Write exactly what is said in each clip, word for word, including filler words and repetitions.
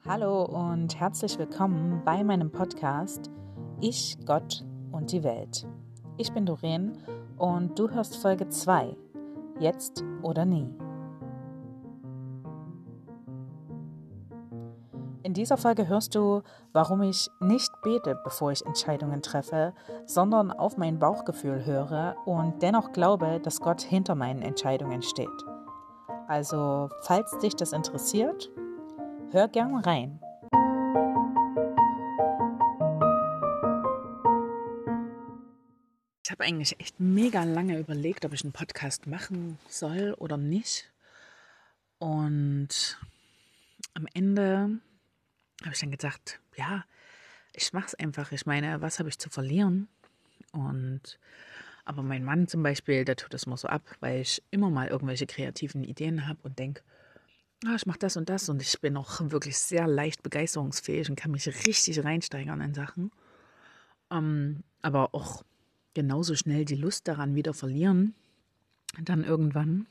Hallo und herzlich willkommen bei meinem Podcast Ich, Gott und die Welt. Ich bin Doreen und du hörst Folge zwei, Jetzt oder nie. In dieser Folge hörst du, warum ich nicht bete, bevor ich Entscheidungen treffe, sondern auf mein Bauchgefühl höre und dennoch glaube, dass Gott hinter meinen Entscheidungen steht. Also, falls dich das interessiert, hör gern rein. Ich habe eigentlich echt mega lange überlegt, ob ich einen Podcast machen soll oder nicht. Und am Ende habe ich dann gedacht, ja, ich mache es einfach. Ich meine, was habe ich zu verlieren? Und aber mein Mann zum Beispiel, der tut das immer so ab, weil ich immer mal irgendwelche kreativen Ideen habe und denke, ah, ich mache das und das. Und ich bin auch wirklich sehr leicht begeisterungsfähig und kann mich richtig reinsteigern in Sachen. Ähm, aber auch genauso schnell die Lust daran wieder verlieren, dann irgendwann.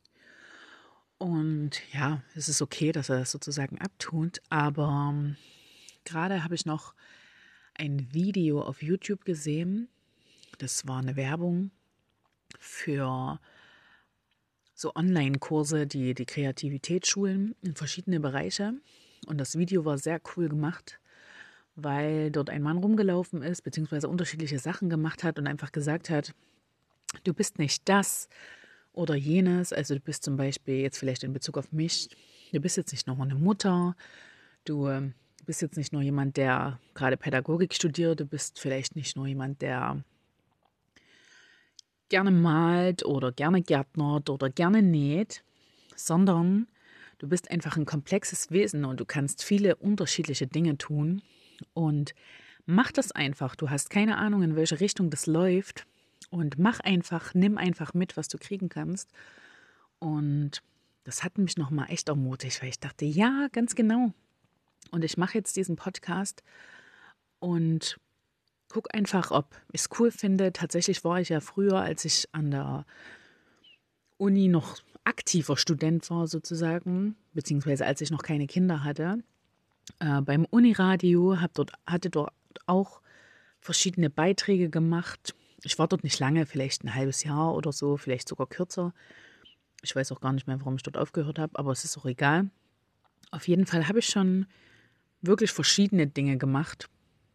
Und ja, es ist okay, dass er das sozusagen abtut, aber ähm, gerade habe ich noch ein Video auf YouTube gesehen. Das war eine Werbung für so Online-Kurse, die die Kreativität schulen in verschiedene Bereiche. Und das Video war sehr cool gemacht, weil dort ein Mann rumgelaufen ist, beziehungsweise unterschiedliche Sachen gemacht hat und einfach gesagt hat, du bist nicht das oder jenes. Also du bist zum Beispiel jetzt vielleicht in Bezug auf mich, du bist jetzt nicht nur eine Mutter, du ähm, bist jetzt nicht nur jemand, der gerade Pädagogik studiert, du bist vielleicht nicht nur jemand, der gerne malt oder gerne gärtnert oder gerne näht, sondern du bist einfach ein komplexes Wesen und du kannst viele unterschiedliche Dinge tun. Und mach das einfach. Du hast keine Ahnung, in welche Richtung das läuft. Und mach einfach, nimm einfach mit, was du kriegen kannst. Und das hat mich nochmal echt ermutigt, weil ich dachte, ja, ganz genau. Und ich mache jetzt diesen Podcast und guck einfach, ob ich es cool finde. Tatsächlich war ich ja früher, als ich an der Uni noch aktiver Student war sozusagen, beziehungsweise als ich noch keine Kinder hatte, äh, beim Uniradio, hab dort, hatte dort auch verschiedene Beiträge gemacht. Ich war dort nicht lange, vielleicht ein halbes Jahr oder so, vielleicht sogar kürzer. Ich weiß auch gar nicht mehr, warum ich dort aufgehört habe, aber es ist auch egal. Auf jeden Fall habe ich schon wirklich verschiedene Dinge gemacht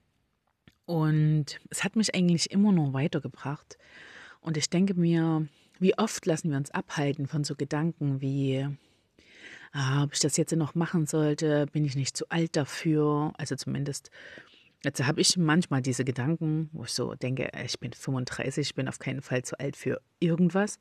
und es hat mich eigentlich immer nur weitergebracht. Und ich denke mir, wie oft lassen wir uns abhalten von so Gedanken wie, ah, ob ich das jetzt noch machen sollte, bin ich nicht zu alt dafür. Also zumindest, jetzt habe ich manchmal diese Gedanken, wo ich so denke, ich bin fünfunddreißig, ich bin auf keinen Fall zu alt für irgendwas.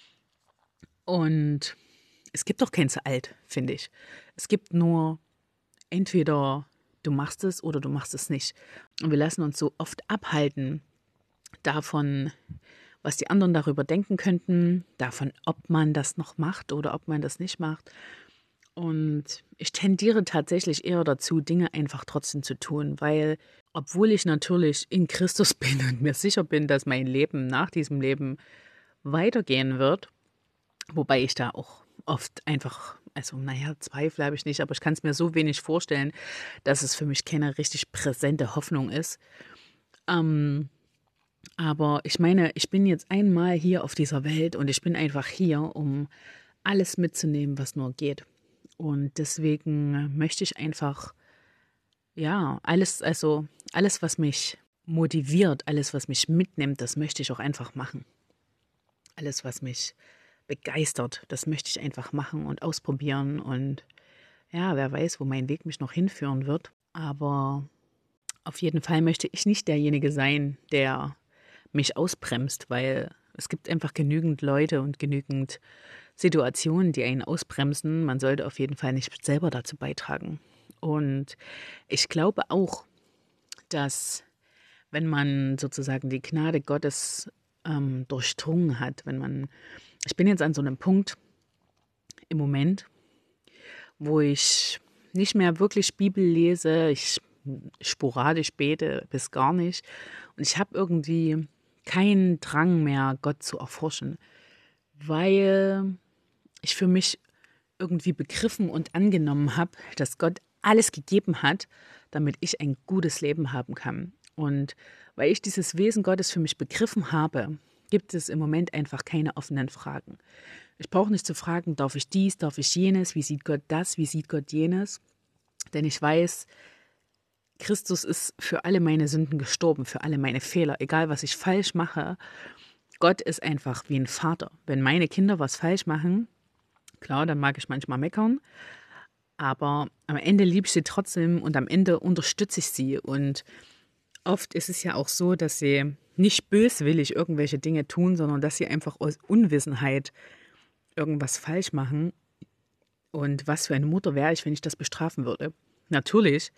Und es gibt doch kein zu alt, finde ich. Es gibt nur entweder du machst es oder du machst es nicht. Und wir lassen uns so oft abhalten davon, was die anderen darüber denken könnten, davon, ob man das noch macht oder ob man das nicht macht. Und ich tendiere tatsächlich eher dazu, Dinge einfach trotzdem zu tun, weil obwohl ich natürlich in Christus bin und mir sicher bin, dass mein Leben nach diesem Leben weitergehen wird, wobei ich da auch oft einfach, also naja, Zweifel habe ich nicht, aber ich kann es mir so wenig vorstellen, dass es für mich keine richtig präsente Hoffnung ist. Ähm, aber ich meine, ich bin jetzt einmal hier auf dieser Welt und ich bin einfach hier, um alles mitzunehmen, was nur geht. Und deswegen möchte ich einfach, ja, alles, also alles, was mich motiviert, alles, was mich mitnimmt, das möchte ich auch einfach machen. Alles, was mich begeistert, das möchte ich einfach machen und ausprobieren. Und ja, wer weiß, wo mein Weg mich noch hinführen wird. Aber auf jeden Fall möchte ich nicht derjenige sein, der mich ausbremst, weil es gibt einfach genügend Leute und genügend Situationen, die einen ausbremsen. Man sollte auf jeden Fall nicht selber dazu beitragen. Und ich glaube auch, dass wenn man sozusagen die Gnade Gottes ähm, durchdrungen hat, wenn man, ich bin jetzt an so einem Punkt im Moment, wo ich nicht mehr wirklich Bibel lese, ich sporadisch bete bis gar nicht und ich habe irgendwie keinen Drang mehr, Gott zu erforschen, weil ich für mich irgendwie begriffen und angenommen habe, dass Gott alles gegeben hat, damit ich ein gutes Leben haben kann. Und weil ich dieses Wesen Gottes für mich begriffen habe, gibt es im Moment einfach keine offenen Fragen. Ich brauche nicht zu fragen, darf ich dies, darf ich jenes, wie sieht Gott das, wie sieht Gott jenes? Denn ich weiß, Christus ist für alle meine Sünden gestorben, für alle meine Fehler, egal was ich falsch mache. Gott ist einfach wie ein Vater. Wenn meine Kinder was falsch machen, klar, dann mag ich manchmal meckern, aber am Ende liebe ich sie trotzdem und am Ende unterstütze ich sie. Und oft ist es ja auch so, dass sie nicht böswillig irgendwelche Dinge tun, sondern dass sie einfach aus Unwissenheit irgendwas falsch machen. Und was für eine Mutter wäre ich, wenn ich das bestrafen würde? Natürlich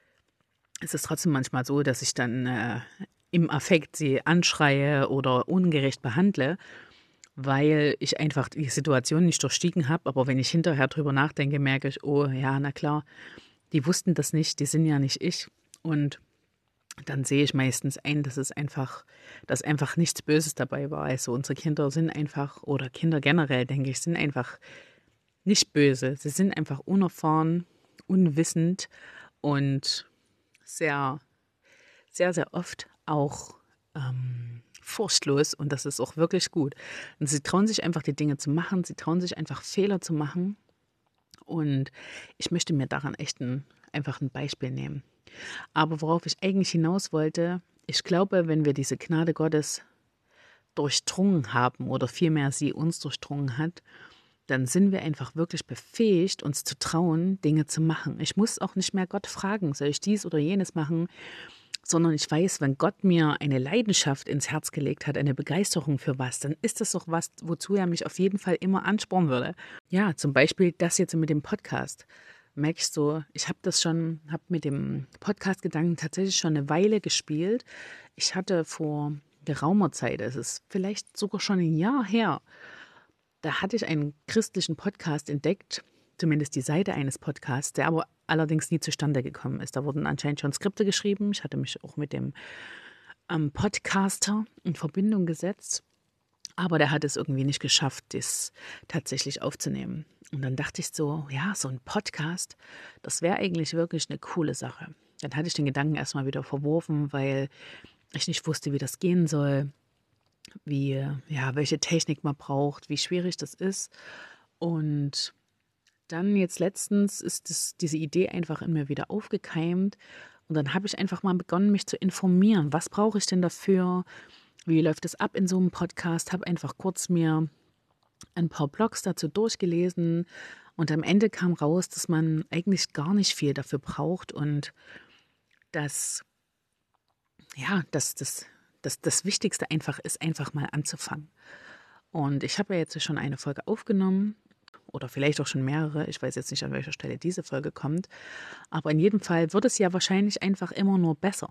ist es trotzdem manchmal so, dass ich dann äh, im Affekt sie anschreie oder ungerecht behandle, weil ich einfach die Situation nicht durchstiegen habe. Aber wenn ich hinterher drüber nachdenke, merke ich, oh ja, na klar, die wussten das nicht, die sind ja nicht ich. Und dann sehe ich meistens ein, dass es einfach, dass einfach nichts Böses dabei war. Also unsere Kinder sind einfach, oder Kinder generell, denke ich, sind einfach nicht böse. Sie sind einfach unerfahren, unwissend und sehr, sehr, sehr oft auch ähm, furchtlos, und das ist auch wirklich gut. Und sie trauen sich einfach, die Dinge zu machen, sie trauen sich einfach, Fehler zu machen, und ich möchte mir daran echt ein, einfach ein Beispiel nehmen. Aber worauf ich eigentlich hinaus wollte, ich glaube, wenn wir diese Gnade Gottes durchdrungen haben oder vielmehr sie uns durchdrungen hat, dann sind wir einfach wirklich befähigt, uns zu trauen, Dinge zu machen. Ich muss auch nicht mehr Gott fragen, soll ich dies oder jenes machen, sondern ich weiß, wenn Gott mir eine Leidenschaft ins Herz gelegt hat, eine Begeisterung für was, dann ist das doch was, wozu er mich auf jeden Fall immer anspornen würde. Ja, zum Beispiel das jetzt mit dem Podcast. Merkst du, ich habe das schon, habe mit dem Podcast-Gedanken tatsächlich schon eine Weile gespielt. Ich hatte vor geraumer Zeit, es ist vielleicht sogar schon ein Jahr her, da hatte ich einen christlichen Podcast entdeckt, zumindest die Seite eines Podcasts, der aber allerdings nie zustande gekommen ist. Da wurden anscheinend schon Skripte geschrieben. Ich hatte mich auch mit dem ähm, Podcaster in Verbindung gesetzt, aber der hat es irgendwie nicht geschafft, das tatsächlich aufzunehmen. Und dann dachte ich so, ja, so ein Podcast, das wäre eigentlich wirklich eine coole Sache. Dann hatte ich den Gedanken erstmal wieder verworfen, weil ich nicht wusste, wie das gehen soll, wie, ja, welche Technik man braucht, wie schwierig das ist. Und dann jetzt letztens ist das, diese Idee einfach in mir wieder aufgekeimt. Und dann habe ich einfach mal begonnen, mich zu informieren. Was brauche ich denn dafür? Wie läuft es ab in so einem Podcast? Habe einfach kurz mir ein paar Blogs dazu durchgelesen. Und am Ende kam raus, dass man eigentlich gar nicht viel dafür braucht. Und dass, ja, dass das, das, das Wichtigste einfach ist, einfach mal anzufangen. Und ich habe ja jetzt schon eine Folge aufgenommen. Oder vielleicht auch schon mehrere. Ich weiß jetzt nicht, an welcher Stelle diese Folge kommt. Aber in jedem Fall wird es ja wahrscheinlich einfach immer nur besser.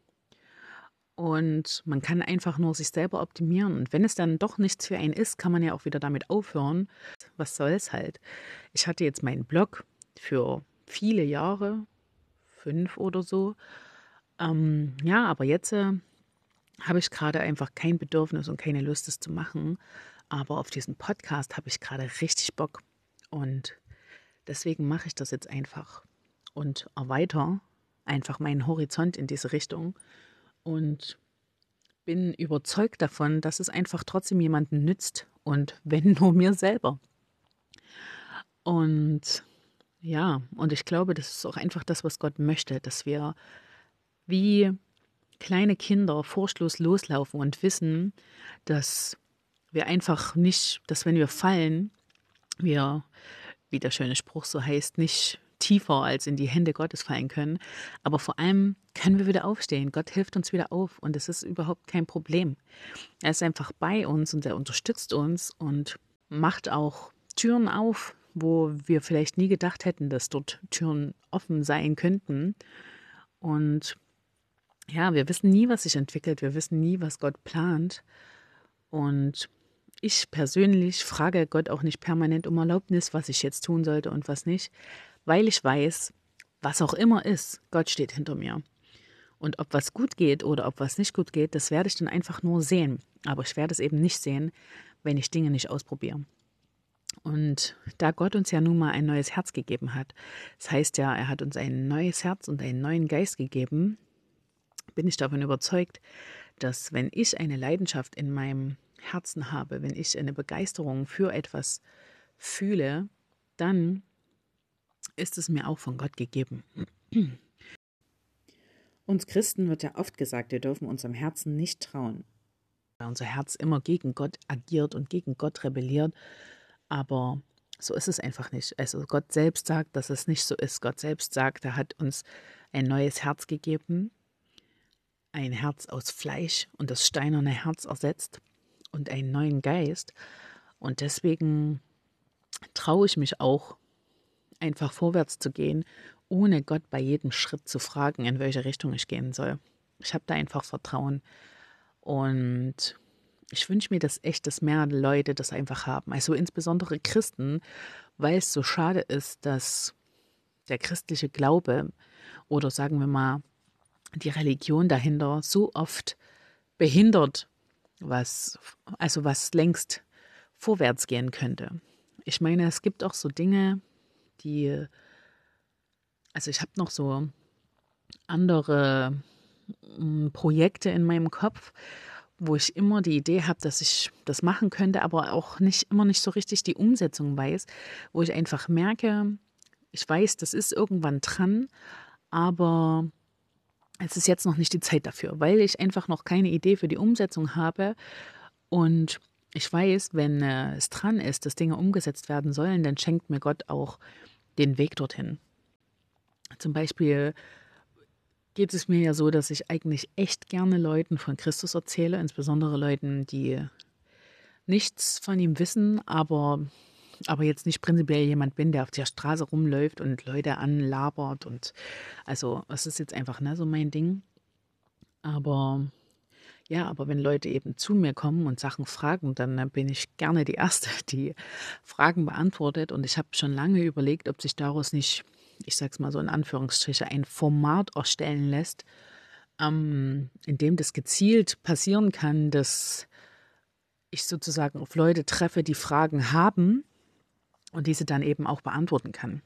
Und man kann einfach nur sich selber optimieren. Und wenn es dann doch nichts für einen ist, kann man ja auch wieder damit aufhören. Was soll's halt. Ich hatte jetzt meinen Blog für viele Jahre, fünf oder so. Ähm, ja, aber jetzt äh, habe ich gerade einfach kein Bedürfnis und keine Lust, es zu machen. Aber auf diesen Podcast habe ich gerade richtig Bock. Und deswegen mache ich das jetzt einfach und erweitere einfach meinen Horizont in diese Richtung und bin überzeugt davon, dass es einfach trotzdem jemanden nützt, und wenn nur mir selber. Und ja, und ich glaube, das ist auch einfach das, was Gott möchte, dass wir wie kleine Kinder furchtlos loslaufen und wissen, dass wir einfach nicht, dass wenn wir fallen, wir, wie der schöne Spruch so heißt, nicht tiefer als in die Hände Gottes fallen können. Aber vor allem können wir wieder aufstehen. Gott hilft uns wieder auf, und es ist überhaupt kein Problem. Er ist einfach bei uns und er unterstützt uns und macht auch Türen auf, wo wir vielleicht nie gedacht hätten, dass dort Türen offen sein könnten. Und ja, wir wissen nie, was sich entwickelt. Wir wissen nie, was Gott plant. Und ich persönlich frage Gott auch nicht permanent um Erlaubnis, was ich jetzt tun sollte und was nicht, weil ich weiß, was auch immer ist, Gott steht hinter mir. Und ob was gut geht oder ob was nicht gut geht, das werde ich dann einfach nur sehen. Aber ich werde es eben nicht sehen, wenn ich Dinge nicht ausprobiere. Und da Gott uns ja nun mal ein neues Herz gegeben hat, das heißt ja, er hat uns ein neues Herz und einen neuen Geist gegeben, bin ich davon überzeugt, dass wenn ich eine Leidenschaft in meinem Herzen habe, wenn ich eine Begeisterung für etwas fühle, dann ist es mir auch von Gott gegeben. Uns Christen wird ja oft gesagt, wir dürfen unserem Herzen nicht trauen. Weil unser Herz immer gegen Gott agiert und gegen Gott rebelliert, aber so ist es einfach nicht. Also Gott selbst sagt, dass es nicht so ist. Gott selbst sagt, er hat uns ein neues Herz gegeben, ein Herz aus Fleisch und das steinerne Herz ersetzt und einen neuen Geist. Und deswegen traue ich mich auch, einfach vorwärts zu gehen, ohne Gott bei jedem Schritt zu fragen, in welche Richtung ich gehen soll. Ich habe da einfach Vertrauen. Und ich wünsche mir das echt, dass mehr Leute das einfach haben. Also insbesondere Christen, weil es so schade ist, dass der christliche Glaube oder sagen wir mal die Religion dahinter so oft behindert, was, also was längst vorwärts gehen könnte. Ich meine, es gibt auch so Dinge, die, also ich habe noch so andere m, Projekte in meinem Kopf, wo ich immer die Idee habe, dass ich das machen könnte, aber auch nicht immer nicht so richtig die Umsetzung weiß, wo ich einfach merke, ich weiß, das ist irgendwann dran, aber es ist jetzt noch nicht die Zeit dafür, weil ich einfach noch keine Idee für die Umsetzung habe und ich weiß, wenn äh, es dran ist, dass Dinge umgesetzt werden sollen, dann schenkt mir Gott auch den Weg dorthin. Zum Beispiel geht es mir ja so, dass ich eigentlich echt gerne Leuten von Christus erzähle, insbesondere Leuten, die nichts von ihm wissen, aber, aber jetzt nicht prinzipiell jemand bin, der auf der Straße rumläuft und Leute anlabert. Und also, das ist jetzt einfach ne, so mein Ding. Aber ja, aber wenn Leute eben zu mir kommen und Sachen fragen, dann äh, bin ich gerne die Erste, die Fragen beantwortet. Und ich habe schon lange überlegt, ob sich daraus nicht, ich sag's mal so in Anführungsstriche, ein Format erstellen lässt, ähm, in dem das gezielt passieren kann, dass ich sozusagen auf Leute treffe, die Fragen haben und diese dann eben auch beantworten kann.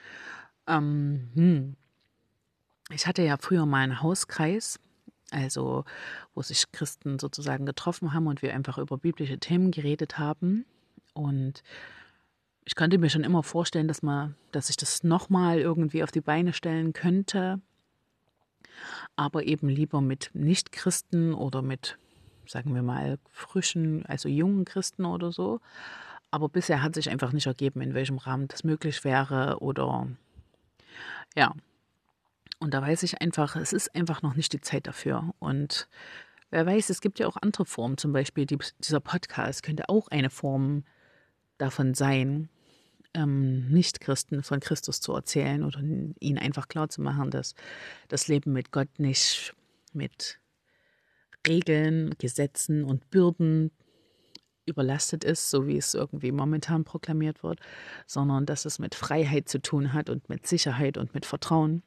Ähm, hm. Ich hatte ja früher mal einen Hauskreis, also wo sich Christen sozusagen getroffen haben und wir einfach über biblische Themen geredet haben. Und ich könnte mir schon immer vorstellen, dass man, dass ich das nochmal irgendwie auf die Beine stellen könnte, aber eben lieber mit Nicht-Christen oder mit, sagen wir mal, frischen, also jungen Christen oder so. Aber bisher hat sich einfach nicht ergeben, in welchem Rahmen das möglich wäre oder ja. Und da weiß ich einfach, es ist einfach noch nicht die Zeit dafür. Und wer weiß, es gibt ja auch andere Formen, zum Beispiel die, dieser Podcast könnte auch eine Form davon sein, ähm, Nicht-Christen von Christus zu erzählen oder ihnen einfach klarzumachen, dass das Leben mit Gott nicht mit Regeln, Gesetzen und Bürden überlastet ist, so wie es irgendwie momentan proklamiert wird, sondern dass es mit Freiheit zu tun hat und mit Sicherheit und mit Vertrauen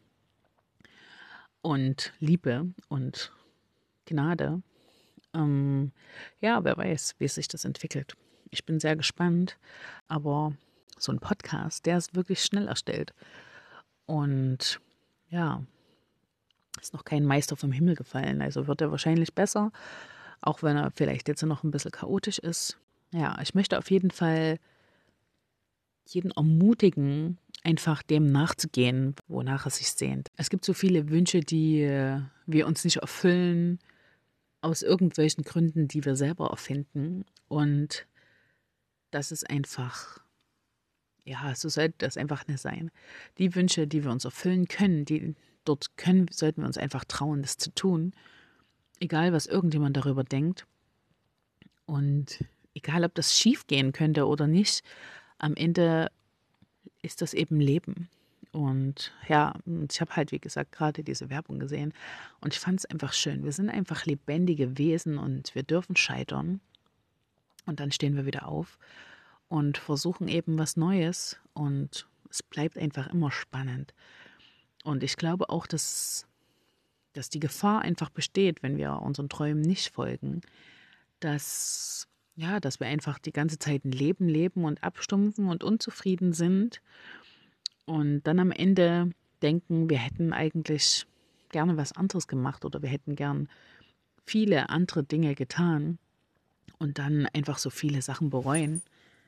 und Liebe und Gnade. Ähm, ja, wer weiß, wie sich das entwickelt. Ich bin sehr gespannt, aber so ein Podcast, der ist wirklich schnell erstellt. Und ja, ist noch kein Meister vom Himmel gefallen. Also wird er wahrscheinlich besser, auch wenn er vielleicht jetzt noch ein bisschen chaotisch ist. Ja, ich möchte auf jeden Fall jeden ermutigen, einfach dem nachzugehen, wonach er sich sehnt. Es gibt so viele Wünsche, die äh, wir uns nicht erfüllen, aus irgendwelchen Gründen, die wir selber erfinden. Und das ist einfach, ja, so sollte das einfach nicht sein. Die Wünsche, die wir uns erfüllen können, die dort können, sollten wir uns einfach trauen, das zu tun. Egal, was irgendjemand darüber denkt. Und egal, ob das schief gehen könnte oder nicht, am Ende ist das eben Leben. Und ja, ich habe halt, wie gesagt, gerade diese Werbung gesehen und ich fand es einfach schön. Wir sind einfach lebendige Wesen und wir dürfen scheitern. Und dann stehen wir wieder auf und versuchen eben was Neues und es bleibt einfach immer spannend. Und ich glaube auch, dass, dass die Gefahr einfach besteht, wenn wir unseren Träumen nicht folgen, dass ja, dass wir einfach die ganze Zeit ein Leben leben und abstumpfen und unzufrieden sind und dann am Ende denken, wir hätten eigentlich gerne was anderes gemacht oder wir hätten gern viele andere Dinge getan und dann einfach so viele Sachen bereuen.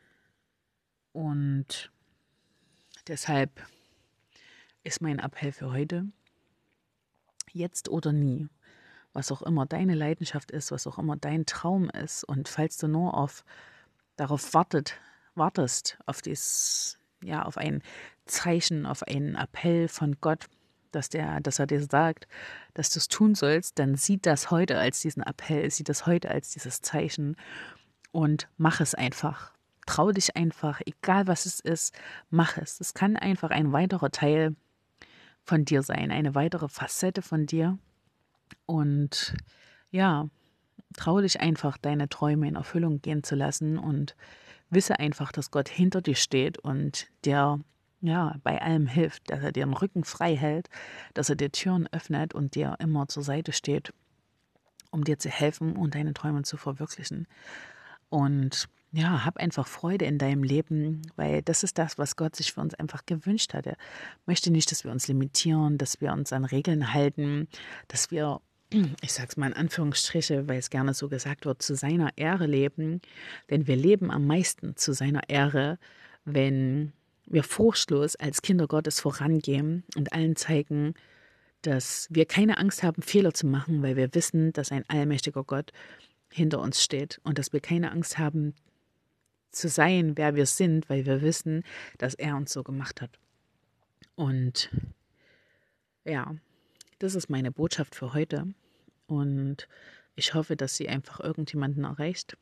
Und deshalb ist mein Appell für heute, jetzt oder nie. Was auch immer deine Leidenschaft ist, was auch immer dein Traum ist. Und falls du nur auf darauf wartet, wartest, auf dies, ja, auf ein Zeichen, auf einen Appell von Gott, dass der, dass er dir sagt, dass du es tun sollst, dann sieh das heute als diesen Appell, sieh das heute als dieses Zeichen und mach es einfach. Trau dich einfach, egal was es ist, mach es. Es kann einfach ein weiterer Teil von dir sein, eine weitere Facette von dir. Und ja, trau dich einfach, deine Träume in Erfüllung gehen zu lassen und wisse einfach, dass Gott hinter dir steht und dir ja bei allem hilft, dass er dir den Rücken frei hält, dass er dir Türen öffnet und dir immer zur Seite steht, um dir zu helfen und deine Träume zu verwirklichen. Und ja, hab einfach Freude in deinem Leben, weil das ist das, was Gott sich für uns einfach gewünscht hat. Er möchte nicht, dass wir uns limitieren, dass wir uns an Regeln halten, dass wir, ich sag's mal in Anführungsstriche, weil es gerne so gesagt wird, zu seiner Ehre leben. Denn wir leben am meisten zu seiner Ehre, wenn wir furchtlos als Kinder Gottes vorangehen und allen zeigen, dass wir keine Angst haben, Fehler zu machen, weil wir wissen, dass ein allmächtiger Gott hinter uns steht und dass wir keine Angst haben zu sein, wer wir sind, weil wir wissen, dass er uns so gemacht hat. Und ja, das ist meine Botschaft für heute und ich hoffe, dass sie einfach irgendjemanden erreicht.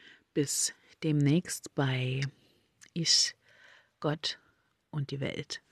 Bis demnächst bei Ich, Gott und die Welt.